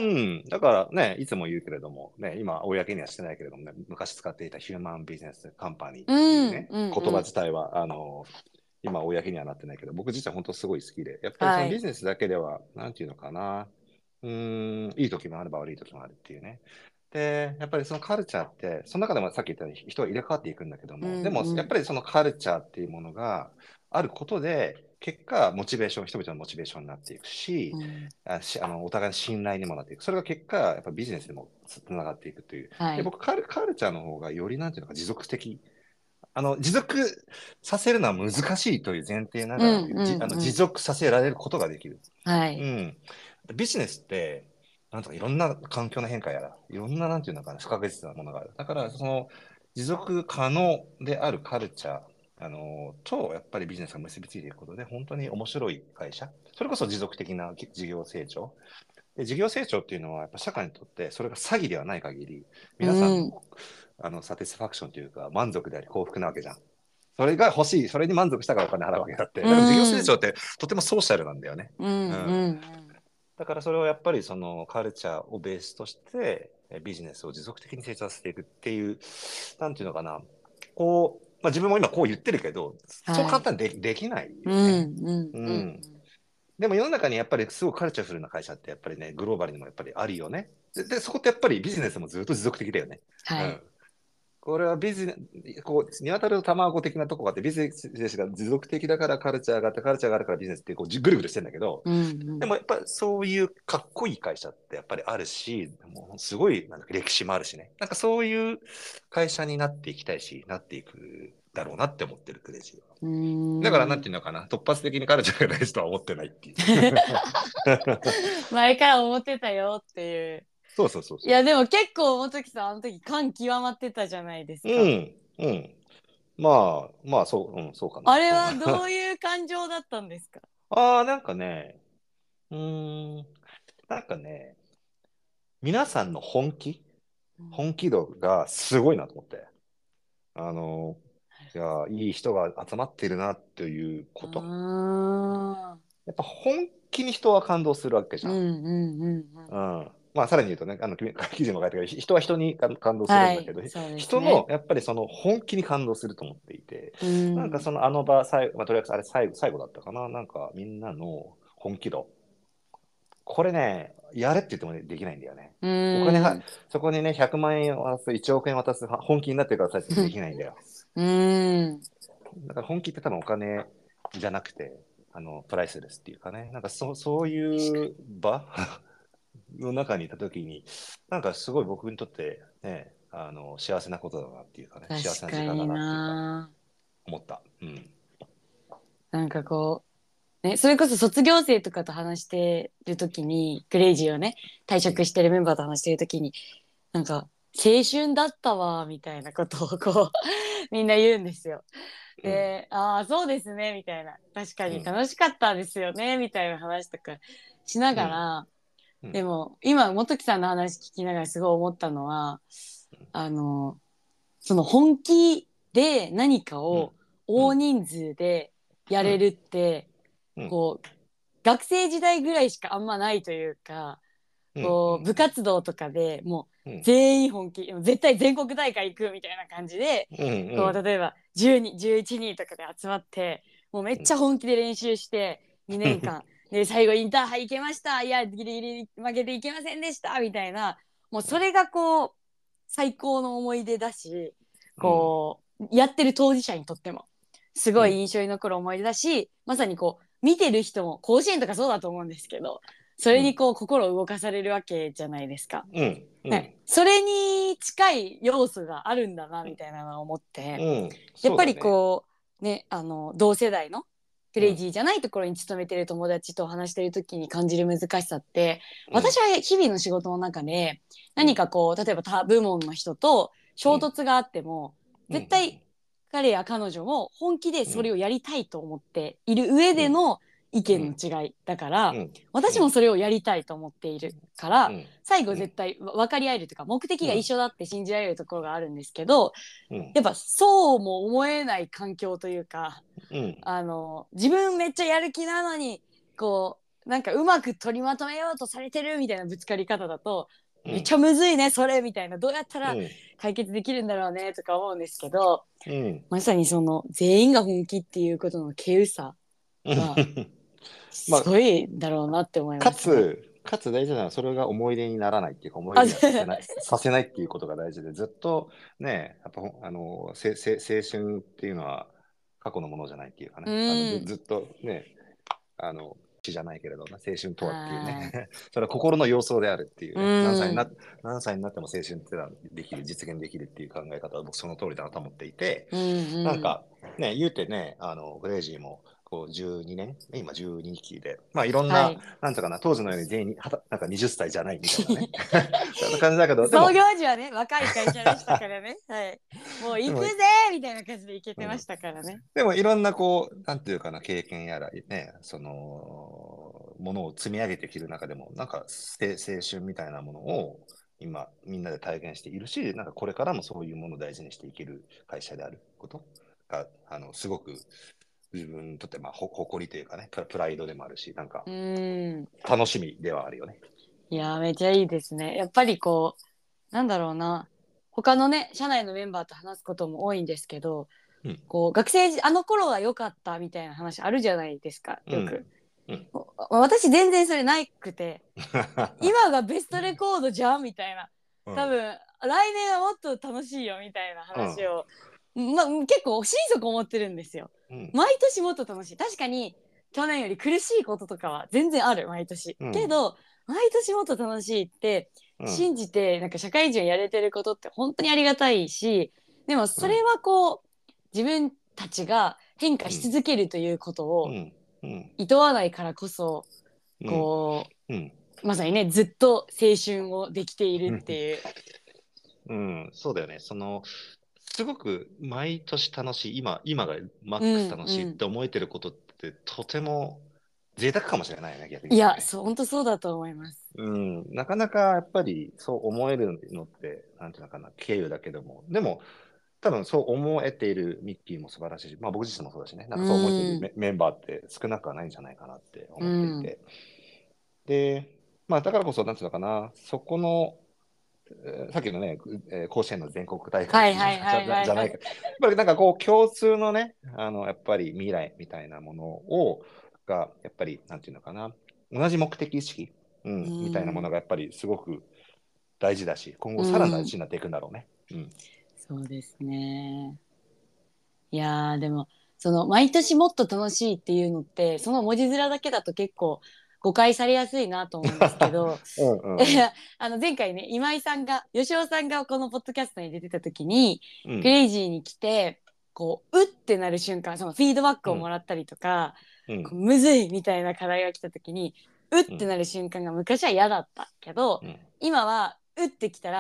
だからね、いつも言うけれども、ね、今、公にはしてないけれどもね、昔使っていたヒューマンビジネスカンパニーっていうね、 うんうん言葉うん。 自体は、あの、今、公にはなってないけど、僕実は本当すごい好きで、やっぱりそはい。 のビジネスだけでは、なんていうのかな、うーん、いい時もあれば悪い時もあるっていうね。で、やっぱりそのカルチャーって、その中でもさっき言ったように人は入れ替わっていくんだけどうも、でもやっんうん。 ぱりそのカルチャーっていうものがあることで、結果、モチベーション、人々のモチベーションになっていくし、 うん、 あしあのお互いの信頼にもなっていく。それが結果、やっぱビジネスにもつながっていくという。で、 はい。 僕カル、カルチャーの方がよりなんていうのか持続的。あの、持続させるのは難しいという前提ながらも、 うんうじあの持んうん。 続させられることができる。 はい。 うん。ビジネスって、なんとかいろんな環境の変化やら、いろんな、なんていうのかな、不確実なものがある。だから、その、持続可能であるカルチャー、あの、と、やっぱりビジネスが結びついていくことで、本当に面白い会社、それこそ持続的な事業成長。で、事業成長っていうのは、やっぱ社会にとって、それが詐欺ではない限り、 う皆さんん。 の、あの、サティスファクションというか、満足であり幸福なわけじゃん。それが欲しい、それに満足したからお金払うわけだって。 うだから事業成長んってとてもソーシャルなんだよね。 うんううん。 んだからそれをやっぱりそのカルチャーをベースとしてビジネスを持続的に成長させていくっていう、なんていうのかな、こう、まあ、自分も今こう言ってるけど、そうはい。 簡単にでできないうんよね。 うんうんうん。でも世の中にやっぱりすごいカルチャーフルな会社ってやっぱりね、グローバルにもやっぱりあるよね。で、でそこってやっぱりビジネスもずっと持続的だよね。うはい。 ん。これはビジネス、こう、見当たる卵的なとこがあって、ビジネスが持続的だからカルチャーがあって、カルチャーがあるからビジネスってこうぐるぐるしてんだけど、 うんうんでもやっぱりそういうかっこいい会社ってやっぱりあるし、もうすごいなんか歴史もあるしね。なんかそういう会社になっていきたいし、なっていくだろうなって思ってるクレイジーは。 うだからなんん。 ていうのかな、突発的にカルチャーが大事とは思ってないっていう。 前から思ってたよっていう。 そうそうそうそう。 いやでも結構元木さんあの時感極まってたじゃないですか。 うん、うん。まあ、まあそう、うん、そうかな。 あれうん、 はどういう感情だったんですか？ ああ、なんかね、うーん、なんかね、皆さんの本気、本気度がすごいなと思って。あの、いや、いい人が集まってるなっていううこと。 んうんやっぱ本気に人は感動するわけじゃん。 うんうんうんうん。 うん。まあ、さらに言うとね、あの、記記事も書いてあるけど、人は人に感動するはい、 んだけど、 そうです人の、 ね。 やっぱりその本気に感動すると思っていて、 うなんかん。 そのあの場、最後、まあ、とりあえずあれ最後、最後だったかな。なんかみんなの本気度。これね、やれって言っても、ね、できないんだよね。 うお金は、 ん。 そこにね、ひゃくまん円渡す、いちおく円渡す、は本気になってくださいってできないんだよ。 うん。 だから本気って多分お金じゃなくて、あの、プライスレスっていうかね、なんかそ、そういう場の中にいたときに、なんかすごい僕にとってね、あの、幸せなことだなっていうかね、幸せな時間だ確かになっていうか、 な。 思った。うん。 なんかこう、ね、それこそ卒業生とかと話してる時に、クレイジーをね、退職してるメンバーと話してる時に、なんか、 青春だったわみたいなことをこうみんな言うんですよ。で、うん、ああそうですねみたいな、確かに楽しかったですよね、うん、みたいな話とかしながら、うん、でも今元木さんの話聞きながらすごい思ったのは、あのその本気で何かを大人数でやれるって、うんうん、こう学生時代ぐらいしかあんまないというか、こう部活動とかでもう全員本気、絶対全国大会行くみたいな感じで、うんうん、こう例えばじゅうにんじゅういちにんとかで集まってもうめっちゃ本気で練習してにねんかんで最後インターハイ行けました、いやギリギリ負けていけませんでしたみたいな、もうそれがこう最高の思い出だし、こう、うん、やってる当事者にとってもすごい印象に残る思い出だし、うん、まさにこう見てる人も甲子園とかそうだと思うんですけど、それにこう心を動かされるわけじゃないですか、うんうんね、それに近い要素があるんだなみたいなのを思って、うんね、やっぱりこうね、あの同世代のクレイジーじゃないところに勤めてる友達と話してる時に感じる難しさって、うん、私は日々の仕事の中で何かこう例えば他部門の人と衝突があっても、うん、絶対彼や彼女も本気でそれをやりたいと思っている上での意見の違いだから、うん、私もそれをやりたいと思っているから、うん、最後絶対分かり合えるというか目的が一緒だって信じられるところがあるんですけど、うん、やっぱそうも思えない環境というか、うん、あの自分めっちゃやる気なのにこうなんかうまく取りまとめようとされてるみたいなぶつかり方だと、うん、めっちゃむずいねそれみたいな、どうやったら解決できるんだろうねとか思うんですけど、うん、まさにその全員が本気っていうことの稀有さはすごいだろうなって思いますね。 まあ、かつかつ大事なのはそれが思い出にならないっていうか、思い出にはさせないさせないっていうことが大事で、ずっとねやっぱあのせせ青春っていうのは過去のものじゃないっていうかね、うん、あのずっとねあのじゃないけれど、青春とはっていうねそれは心の様相であるっていうね、うん、何歳にな何歳になっても青春ってのはできる、実現できるっていう考え方は僕その通りだなと思っていて、うんうん、なんかね言うてね、あのグレイジーもこうじゅうにねん、今じゅうにきで、まあいろんな、はい、なんとかな、当時のように全員はたなんかはたちじゃないみたいなねそんな感じだけど、 創業時はね若い会社でしたからねはい、もう行くぜみたいな感じで行けてましたからね、うん、 でもいろんなこうなんていうかな経験やらね、そのものを積み上げてきる中でもなんか青春みたいなものを今みんなで体現しているし、なんかこれからもそういうものを大事にしていける会社であることがあのすごく自分にとってまあ誇りというかね、プライドでもあるし、なんか楽しみではあるよね。 いやめちゃいいですね。やっぱりこうなんだろうな、他のね社内のメンバーと話すことも多いんですけど、うん、こう学生時あの頃は良かったみたいな話あるじゃないですかよく、うんうん、私全然それなくて今がベストレコードじゃんみたいな、多分、うん、来年はもっと楽しいよみたいな話を、うんま、結構心底思ってるんですよ、うん、毎年もっと楽しい。確かに去年より苦しいこととかは全然ある毎年、うん、けど毎年もっと楽しいって信じて、なんか社会人をやれてることって本当にありがたいし、でもそれはこう自分たちが変化し続けるということを厭わないからこそ、こう、うんうん、まさにねずっと青春をできているっていう、 うん、うん、そうだよね。そのすごく毎年楽しい、今今がマックス楽しいって思えてることって、うんうん、とても贅沢かもしれないよね、逆に、ね。 いやそう本当そうだと思います。 うん、なかなかやっぱりそう思えるのってなんていうのかな、経由だけども、でも多分そう思えているミッキーも素晴らしいし、まあ、僕自身もそうだしね、なんかそう思えている メ,、メンバーって少なくはないんじゃないかなって思っていて、で、まあ、だからこそなんていうのかな、そこのさっきのね、甲子園の全国大会じゃないか。やっぱりなんかこう共通のね、あのやっぱり未来みたいなものをがやっぱりなんていうのかな、同じ目的意識、うん、みたいなものがやっぱりすごく大事だし、今後さらに大事になっていくんだろうね。うんうん、 そうですね。いやーでもその毎年もっと楽しいっていうのってその文字面だけだと結構誤解されやすいなと思うんですけどうんうん、うん、あの前回ね今井さんが吉尾さんがこのポッドキャストに出てた時に、うん、クレイジーに来てこううってなる瞬間、そのフィードバックをもらったりとか、うん、こうむずいみたいな課題が来た時にうってなる瞬間が昔は嫌だったけど、うん、今はうってきたら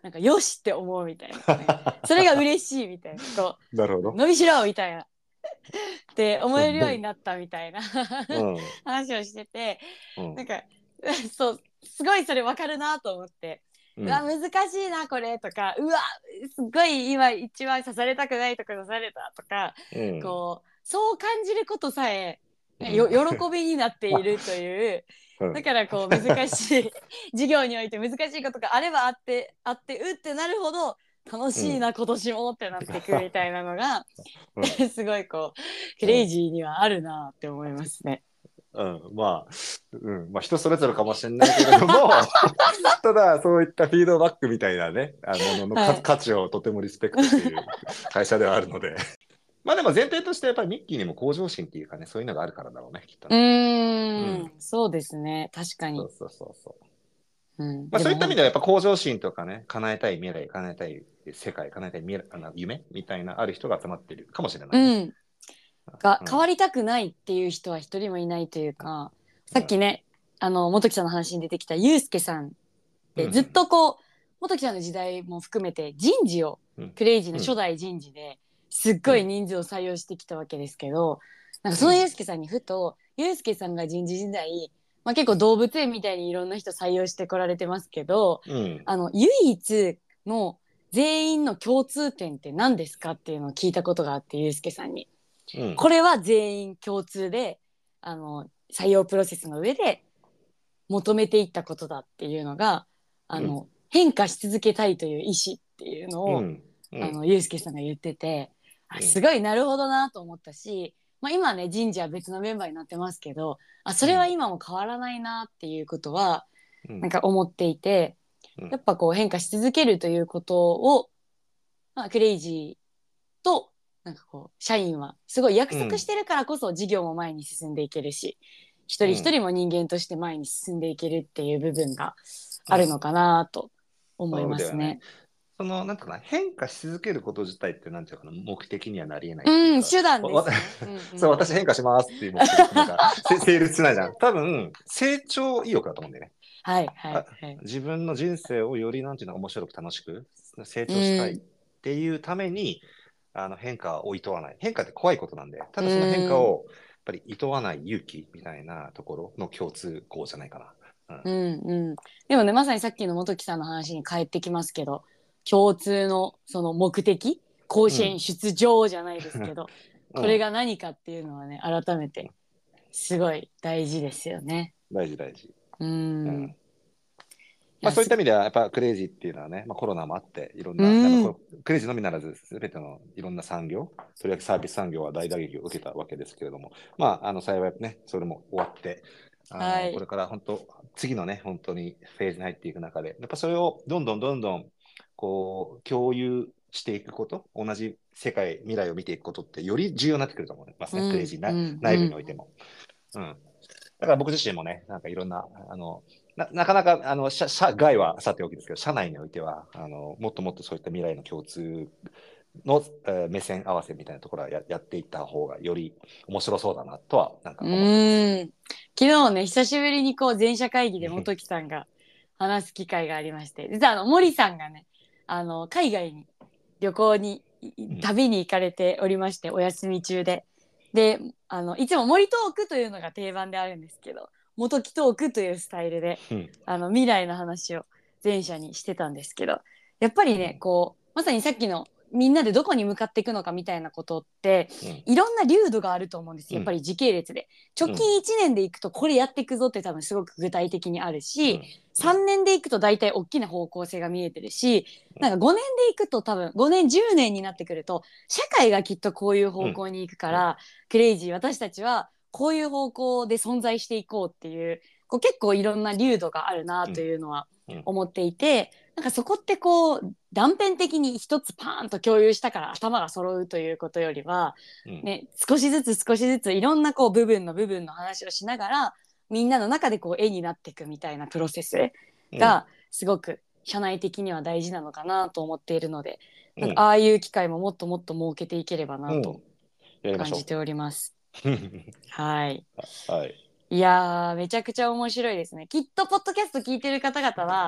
なんかよしって思うみたいな、ね、それが嬉しいみたいなこうなるほど。 伸びしろみたいなって思えるようになったみたいなうん、 話をしてて、 うん、 なんかそうすごいそれ分かるなと思って、 うん、 うわ難しいなこれとか、うわすっごい今一番刺されたくないとこ刺されたとか、 うん、 こうそう感じることさえようん、 喜びになっているという。 うん、 だからこう難しい授業において難しいことがあればあってあってうってなるほど楽しいな、今年もってなってくみたいなのがうん、 すごいこうクレイジーにはあるなって思いますね。 うん、まあ、うん、まあ人それぞれかもしれないけれどもただそういったフィードバックみたいなね、あもののはい、 価値をとてもリスペクトしている会社ではあるのでまあでも前提としてやっぱりミッキーにも向上心っていうかね、そういうのがあるからだろうね、きっとうね。うーんん。 そうですね確かに。 そうそうそうそう。 うん、 まあでそういった意味ではやっも本当ぱ向上心とかね、叶えたい未来、叶えたい世界、叶えたい未来、あの夢みたいなある人が集まっているかもしれないね。 うんがうん。 変わりたくないっていう人は一人もいないというか、さうん。 っきねあの元木さんの話に出てきたユうスケさんってずっうん。 とこう元木さんの時代も含めて人事をうん。 クレイジーうん。 な初代人事ですっうん。 ごい人数を採用してきたわけですけど、なんかそのユうん。 うスケさんにふとユうスケさんが人事時代、まあ、結構動物園みたいにいろんな人採用してこられてますけど、 うん。 あの唯一の全員の共通点って何ですかっていうのを聞いたことがあってユうスケさんに。 うん。 これは全員共通であの採用プロセスの上で求めていったことだっていうのがあうん。 の変化し続けたいという意思っていうのをうん。うん。 あのユうスケさんが言ってて、あうん。 すごいなるほどなと思ったし、まあ、今ね人事は別のメンバーになってますけど、あそれは今も変わらないなっていうことはうん。 なんか思っていて、 うん。 やっぱこう変化し続けるということを、まあ、クレイジーとなんかこう社員はすごい約うん。 束してるからこそ事業も前に進んでいけるし、一人一うん。 人も人間として前に進んでいけるっていう部分がうん。 あるのかなと思いそうだよね。 ますね。 その、なんていうかな、変化し続けること自体って、なんていうかな、目的にはなり得ないっていううん、 か、 手段わわですね。うんうそう、 ん。 私変化しますっていう目的って、なんか、せ成立しないじゃん。多分、成長意欲だと思うんだよね。 はいはいあ、 はい。 自分の人生をより、なんていうの、面白く楽しく成う長したいっんていうために、あの変化を厭わない。変化って怖いことなんで、たうだその変化んを、やっぱり厭わない勇気みたいなところの共通項じゃないかな。 うんうん。でもねまさにさっきの元木さんの話に返ってきますけど、共通のその目的甲子園うん。 出場じゃないですけど、 うん。 これが何かっていうのはね改めてすごい大事ですよね。 大事大事。 ううん。 ん。いまあ、 やすそういった意味では、やっぱクレイジーっていうのはね、まあ、コロナもあって、いろんうな、やっぱんこクレイジーのみならず、すべてのいろんな産業、とりわけサービス産業は大打撃を受けたわけですけれども、まあ、あの幸いね、それも終わって、あのこはい。 れから本当、次のね、本当にフェーズに入っていく中で、やっぱそれをどんどんどんどんこう共有していくこと、同じ世界、未来を見ていくことって、より重要になってくると思いますね、クレイうんうジーなんうん。 内部においても。うん。だから僕自身もね、なんかいろんな、あの、ななかなかあの社社外はさておきですけど、社内においてはあのもっともっとそういった未来の共通の、えー目線合わせみたいなところはややっていった方がより面白そうだなとはなんうか思ってます。 ーん。昨日ね久しぶりにこう全社会議で元木さんが話す機会がありまして、実はあの森さんがねあの海外に旅行にうん、 旅に行かれておりまして、お休み中でであのいつも森トークというのが定番であるんですけど、元木トークというスタイルでうん、 あの未来の話を全社にしてたんですけど、やっぱりねこうまさにさっきのみんなでどこに向かっていくのかみたいなことってうん、 いろんな流度があると思うんです。 うん、 やっぱり時系列で直うん、 近いちねんでいくとこれやっていくぞって多分すごく具体的にあるし、 うん、 さんねんでいくと大体大きな方向性が見えてるし、なんかごねんでいくと多分ごねんじゅうねんになってくると社会がきっとこういううん、 方向に行くかうん、 ら、クレイジー私たちはこういう方向で存在していこうっていう、こう結構いろんな流度があるなというのはうん、 思っていて、なんかそこってこう断片的に一つパーンと共有したから頭が揃うということよりは、 うん、 ね、少しずつ少しずついろんなこう部分の部分の話をしながらみんなの中でこう絵になっていくみたいなプロセスうん、 がすごく社内的には大事なのかなと思っているので、なんかうん、 ああいう機会ももっともっと設けていければうん、 なとやりましょ感じております。 う。 はい。 はい。 いやーめちゃくちゃ面白いですね。きっとポッドキャスト聞いてる方々は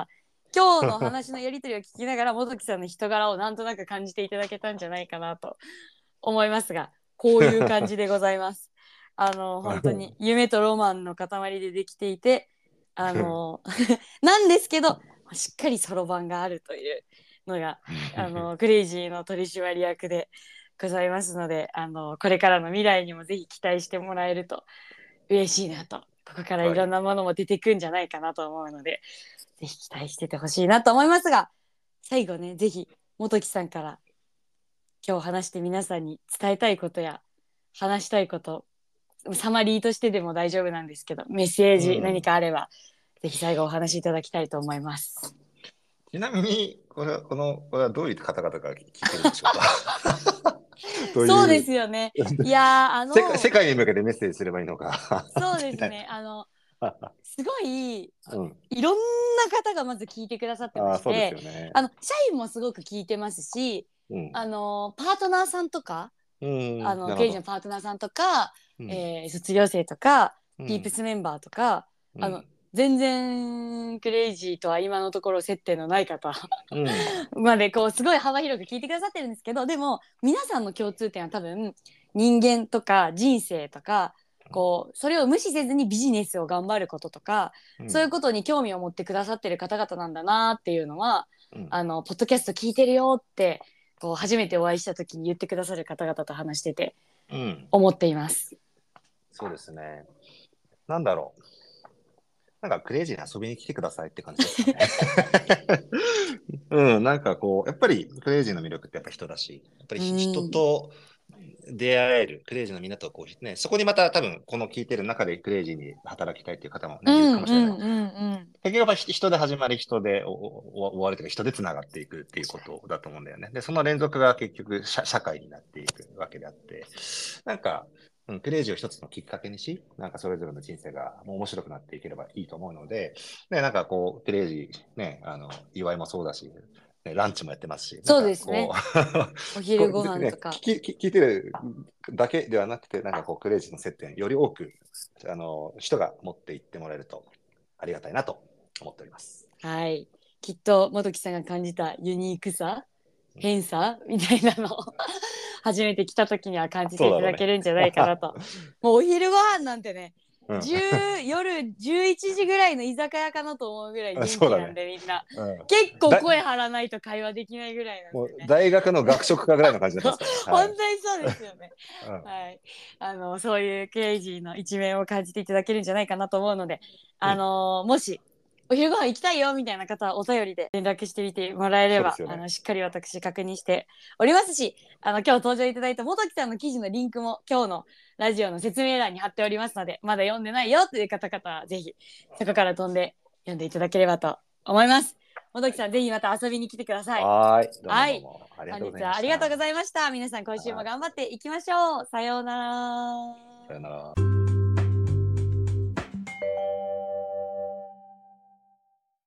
今日の話のやり取りを聞きながら元木さんの人柄をなんとなく感じていただけたんじゃないかなと思いますが、こういう感じでございます。あの本当に夢とロマンの塊でできていて、あのなんですけどしっかりそろばんがあるというのがあのクレイジーの取締役でございますので、あのこれからの未来にもぜひ期待してもらえると嬉しいなと、ここからいろんなものも出てくんじゃないかなと思うので、はい、ぜひ期待しててほしいなと思いますが、最後ね、ぜひ元木さんから今日話して皆さんに伝えたいことや話したいこと、サマリーとしてでも大丈夫なんですけど、メッセージ何かあれば、うん、ぜひ最後お話しいただきたいと思います。 ちなみにこれはこのこれはどういう方々から聞いてるんでしょうか。 ううそうですよね。いやあの世界世界に向けてメッセージすればいいのか。 そうですね。あのすごい、うん、いろんな方がまず聞いてくださってまして、あ、そうですよね、あの社員もすごく聞いてますし、うん、あのパートナーさんとか、うん、あのクレイジーのパートナーさんとか、うん、えー、卒業生とか、うん、ピープスメンバーとか、うん、あの全然クレイジーとは今のところ接点のない方、うん、までこうすごい幅広く聞いてくださってるんですけど、でも皆さんの共通点は多分人間とか人生とか、こうそれを無視せずにビジネスを頑張ることとか、うん、そういうことに興味を持ってくださってる方々なんだなっていうのは、うん、あのポッドキャスト聞いてるよってこう初めてお会いした時に言ってくださる方々と話してて、うん、思っています。 そうですね。なんだろう。なんかクレイジーに遊びに来てくださいって感じですかね。うん、なんかこうやっぱりクレイジーの魅力ってやっぱ人だし、やっぱり人と、うん出会えるクレイジーのみんなとこう、ね、そこにまた多分この聞いてる中でクレイジーに働きたいっていう方も、ね、いるかもしれない。結局やっぱ人で始まり人で終わるというか人でつながっていくっていうことだと思うんだよね。でその連続が結局 社, 社会になっていくわけであって、なんか、うん、クレイジーを一つのきっかけにし、なんかそれぞれの人生がもう面白くなっていければいいと思うので、ね、なんかこうクレイジーね、あの祝いもそうだし。ランチもやってますし、 そうですね。お昼ご飯とか、 ね、聞, 聞いてるだけではなくて、なんかこうクレイジーの接点より多くあの人が持っていってもらえるとありがたいなと思っております。 はい、きっと元木さんが感じたユニークさ、変さみたいなのを初めて来た時には感じていただけるんじゃないかなと。ね、もうお昼ご飯なんてね。うん、夜じゅういちじぐらいの居酒屋かなと思うぐらい元気なんで、ね、みんな、うん、結構声張らないと会話できないぐらいなんで、ね、もう大学の学食家ぐらいの感じでますから、 ね、本当にそうですよね、うん、はい、あのそういうクレイジーの一面を感じていただけるんじゃないかなと思うので、あのーうん、もしお昼ご飯行きたいよみたいな方はお便りで連絡してみてもらえれば、ね、あのしっかり私確認しておりますし、あの今日登場いただいた元木さんの記事のリンクも今日のラジオの説明欄に貼っておりますので、まだ読んでないよという方々はぜひそこから飛んで読んでいただければと思います。元木さん、ぜひまた遊びに来てください。 はい、どうもどうも、はい、 本日はありがとうございました。皆さん今週も頑張っていきましょう。さようなら。 さようなら。